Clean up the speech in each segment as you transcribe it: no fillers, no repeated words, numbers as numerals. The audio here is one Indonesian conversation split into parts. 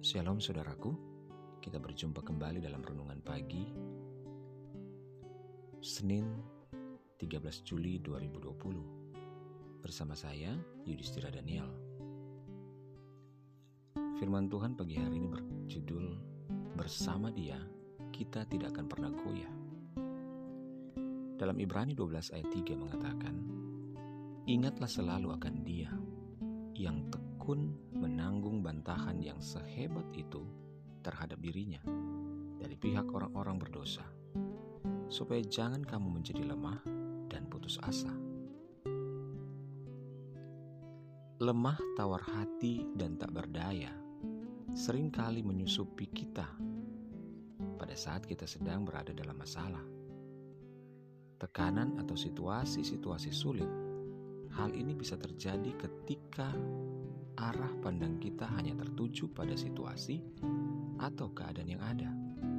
Shalom saudaraku, kita berjumpa kembali dalam Renungan Pagi Senin 13 Juli 2020 bersama saya, Yudhistira Daniel. Firman Tuhan pagi hari ini berjudul Bersama Dia Kita Tidak Akan Pernah Goyah. Dalam Ibrani 12 ayat 3 mengatakan, ingatlah selalu akan Dia yang tekun menanggung bantahan yang sehebat itu terhadap dirinya dari pihak orang-orang berdosa, supaya jangan kamu menjadi lemah dan putus asa. Lemah, tawar hati, dan tak berdaya seringkali menyusupi kita pada saat kita sedang berada dalam masalah, tekanan, atau situasi-situasi sulit. Hal ini bisa terjadi ketika arah pandang kita hanya tertuju pada situasi atau keadaan yang ada.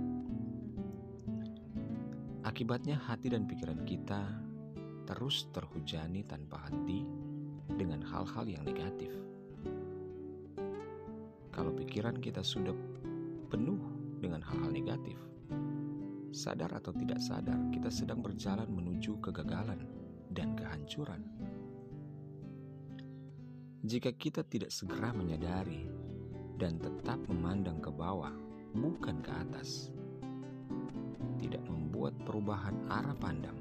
Akibatnya hati dan pikiran kita terus terhujani tanpa henti dengan hal-hal yang negatif. Kalau pikiran kita sudah penuh dengan hal-hal negatif, sadar atau tidak sadar, kita sedang berjalan menuju kegagalan dan kehancuran. Jika kita tidak segera menyadari dan tetap memandang ke bawah, bukan ke atas, tidak membuat perubahan arah pandang,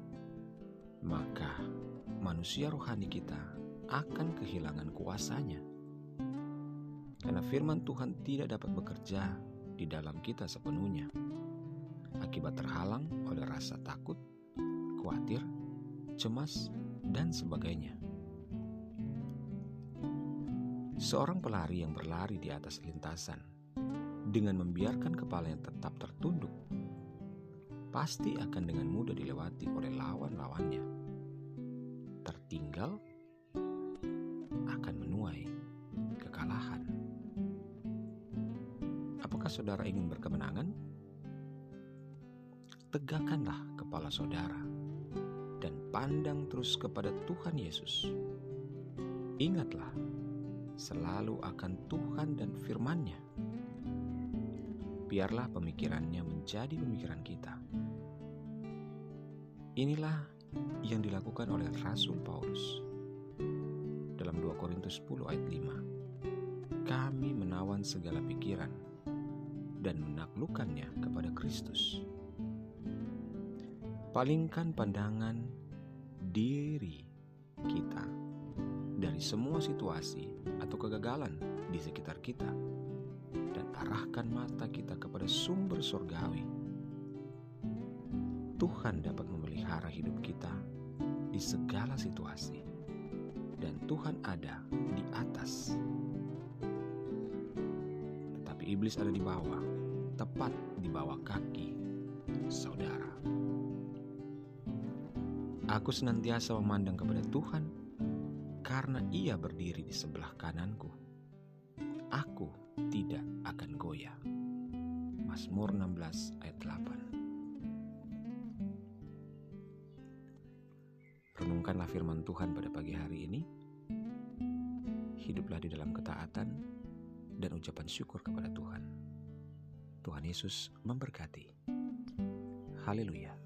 maka manusia rohani kita akan kehilangan kuasanya. Karena firman Tuhan tidak dapat bekerja di dalam kita sepenuhnya, akibat terhalang oleh rasa takut, khawatir, cemas, dan sebagainya. Seorang pelari yang berlari di atas lintasan dengan membiarkan kepalanya tetap tertunduk, pasti akan dengan mudah dilewati oleh lawan-lawannya. Tertinggal akan menuai kekalahan. Apakah saudara ingin berkemenangan? Tegakkanlah kepala saudara dan pandang terus kepada Tuhan Yesus. Ingatlah selalu akan Tuhan dan firman-Nya. Biarlah pemikirannya menjadi pemikiran kita. Inilah yang dilakukan oleh Rasul Paulus dalam 2 Korintus 10 ayat 5. Kami menawan segala pikiran dan menaklukkannya kepada Kristus. Palingkan pandangan diri kita dari semua situasi atau kegagalan di sekitar kita dan arahkan mata kita kepada sumber surgawi. Tuhan dapat memelihara hidup kita di segala situasi dan Tuhan ada di atas. Tetapi iblis ada di bawah, tepat di bawah kaki saudara. Aku senantiasa memandang kepada Tuhan karena Ia berdiri di sebelah kananku. Aku tidak akan goyah. Mazmur 16 ayat 8. Renungkanlah firman Tuhan pada pagi hari ini. Hiduplah di dalam ketaatan dan ucapan syukur kepada Tuhan. Tuhan Yesus memberkati. Haleluya.